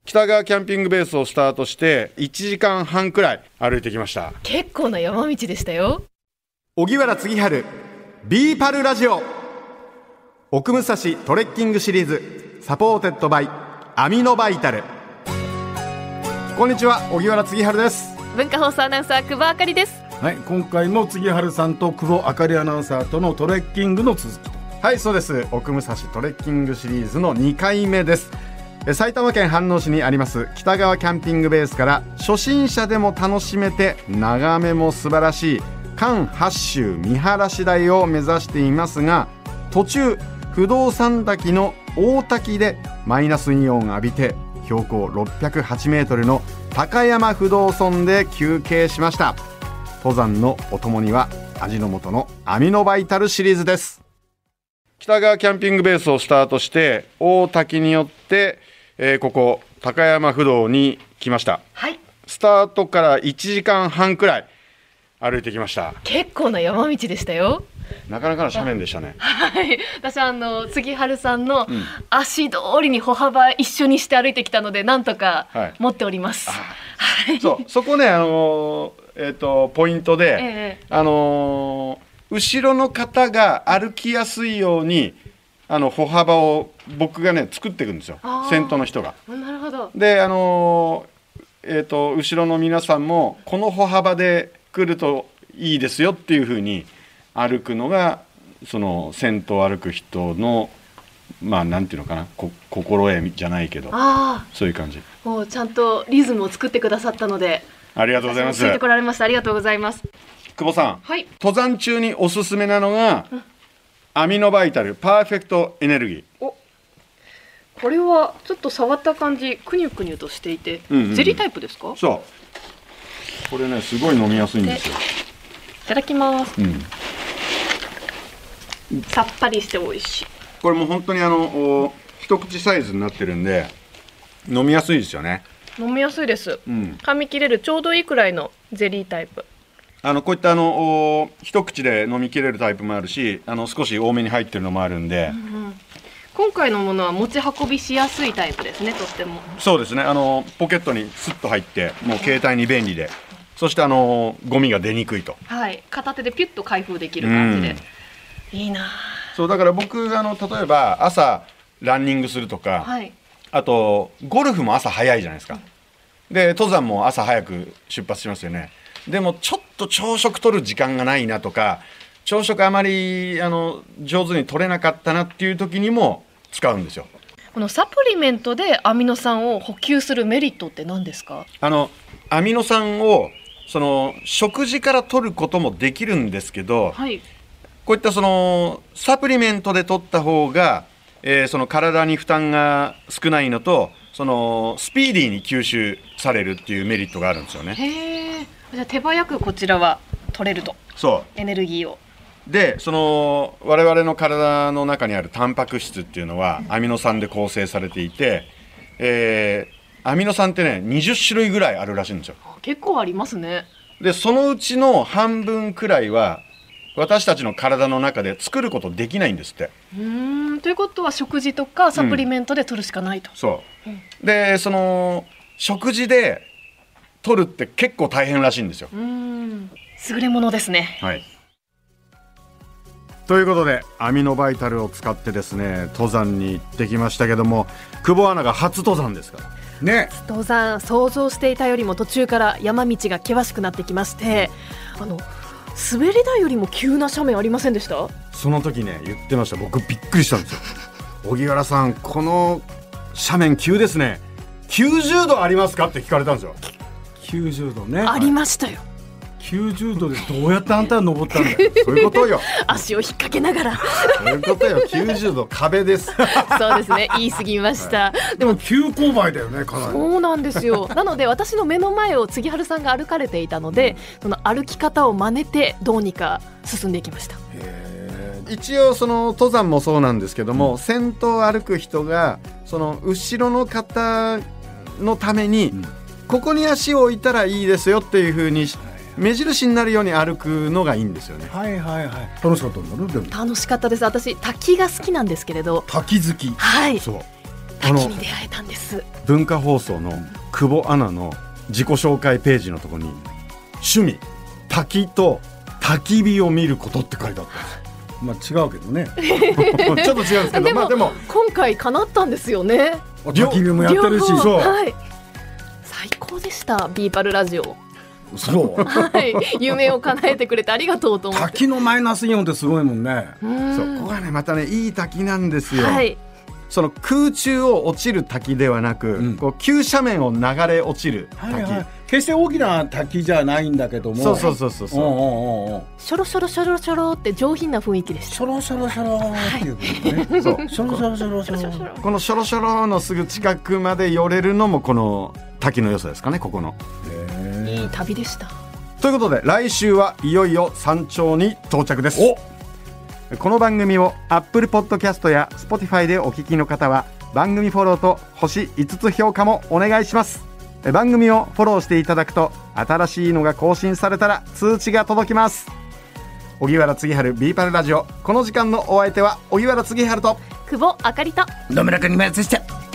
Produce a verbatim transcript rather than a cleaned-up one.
北川キャンピングベースをスタートしていちじかんはんくらい歩いてきました。 結構な山道でしたよ。 荻原次春ビーパルラジオ、奥武蔵トレッキングシリーズサポーテッドバイアミノバイタル。こんにちは、荻原次春です。 文化放送アナウンサー久保あかりです。 はい、今回も次春さんと久保あかりアナウンサーとのトレッキングの続きと。 はい、そうです。奥武蔵トレッキングシリーズのにかいめです。埼玉県飯能市にあります北川キャンピングベースから初心者でも楽しめて眺めも素晴らしい環八周見晴らし台を目指していますが、途中不動山滝の大滝でマイナスイオンを浴びて標高ろっぴゃくはちメートルの高山不動尊で休憩しました。登山のお供には味の素のアミノバイタルシリーズです。北川キャンピングベースをスタートして大滝によってえー、ここ高山不動に来ました、 はい、 スタートからいちじかんはんくらい歩いてきました。 結構な山道でしたよ。 なかなかの斜面でしたね。 はい、私はあの杉春さんの足通りに歩幅一緒にして歩いてきたのでなんとか持っております、 はい、そう、そこね、あのーえー、とポイントで、えーあのー、後ろの方が歩きやすいようにあの歩幅を僕がね作っていくんですよ、先頭の人が。 なるほど。 で、あのーえー、と後ろの皆さんもこの歩幅で来るといいですよっていう風に歩くのがその先頭を歩く人のまあなんていうのかな、こ心得じゃないけど、あそういう感じ。 もうちゃんとリズムを作ってくださったのでありがとうございます。 教えてこられました。ありがとうございます。 久保さん、 はい、 登山中におすすめなのが、うん、アミノバイタルパーフェクトエネルギー。 お、これはちょっと触った感じくにゅくにゅとしていて、うんうんうん、ゼリータイプですか？ そう、これねすごい飲みやすいんですよ。 いただきます、うん、さっぱりして美味しい。 これも本当にあの一口サイズになってるんで飲みやすいですよね。 飲みやすいです、うん、噛み切れるちょうどいいくらいのゼリータイプ。 あのこういったあの一口で飲み切れるタイプもあるし、あの少し多めに入ってるのもあるんで、うんうん、 今回のものは持ち運びしやすいタイプですね。とってもそうですね。あのポケットにスッと入ってもう携帯に便利で、そしてあのゴミが出にくいと、 はい、片手でピュッと開封できる感じで、うん、いいな。 そうだから僕あの例えば朝ランニングするとか、はい、あとゴルフも朝早いじゃないですか、うん、で登山も朝早く出発しますよね。でもちょっと朝食取る時間がないなとか、朝食あまりあの上手に取れなかったなっていう時にも使うんですよ。 このサプリメントでアミノ酸を補給するメリットって何ですか？ あのアミノ酸をその食事から取ることもできるんですけど、はい、こういったそのサプリメントで取った方が、えー、その体に負担が少ないのと、そのスピーディーに吸収されるっていうメリットがあるんですよね。 へー、じゃあ手早くこちらは取れると。そうエネルギーをで、その我々の体の中にあるタンパク質っていうのはアミノ酸で構成されていて、えー、アミノ酸ってねにじゅっしゅるいぐらいあるらしいんですよ。 結構ありますね。 でそのうちの半分くらいは私たちの体の中で作ることできないんですって。 うーん、ということは食事とかサプリメントで取るしかないと、 うん、そう、うん、でその食事で取るって結構大変らしいんですよ。うーん、優れものですね。 はい、ということでアミノバイタルを使ってですね登山に行ってきましたけども、久保アナが初登山ですからね。 登山想像していたよりも途中から山道が険しくなってきまして、あの滑り台よりも急な斜面ありませんでした？ その時ね言ってました。僕びっくりしたんですよ。荻原さんこの斜面急ですね、きゅうじゅうどありますかって聞かれたんですよ。 きゅうじゅうどね。 ありましたよ。 きゅうじゅうどでどうやってあんたは登ったんだよ。 そういうことよ。 足を引っ掛けながら。 そういうことよ。きゅうじゅうど壁です。 そうですね。言い過ぎました。 でも急勾配だよね。かなり。 そうなんですよ。なので私の目の前を杉春さんが歩かれていたので、うん、その歩き方を真似てどうにか進んでいきました。 へー。一応その登山もそうなんですけども、うん、先頭を歩く人がその後ろの方のために、うん、ここに足を置いたらいいですよっていう風に目印になるように歩くのがいいんですよね。 はいはいはい。楽しかったんだね。でも楽しかったです。私滝が好きなんですけれど。 滝好き。 はい。 そう。 滝に出会えたんです。 文化放送の久保アナの自己紹介ページのところに趣味滝と焚き火を見ることって書いてあったんです。 まあ違うけどねちょっと違うんですけど、 でも、 まあでも今回叶ったんですよね。 焚き火もやってるし、 両方そう、 はい、最高でした。ビーパルラジオそうはい、夢を叶えてくれてありがとうと思って。 滝のマイナスイオンってすごいもんね。 うんそこがねまたねいい滝なんですよ、 はい、 その空中を落ちる滝ではなく、 うん、 こう急斜面を流れ落ちる滝、 はいはい、決して大きな滝じゃないんだけども、 そうそうそうそうそう、 おうおうおう、 ショロショロショロショロって上品な雰囲気でした。 ショロショロショロっていうことね、 そうショロショロショロショロ、 このショロショロのすぐ近くまで寄れるのもこの滝の良さですかね、ここの。 いい旅でした。 ということで来週はいよいよ山頂に到着です。 おこの番組を Apple Podcast や Spotify でお聞きの方は番組フォローと星いつつ評価もお願いします。番組をフォローしていただくと新しいのが更新されたら通知が届きます。荻原次春ビーパルラジオ、この時間のお相手は荻原次春と久保あかりと野村邦丸でした。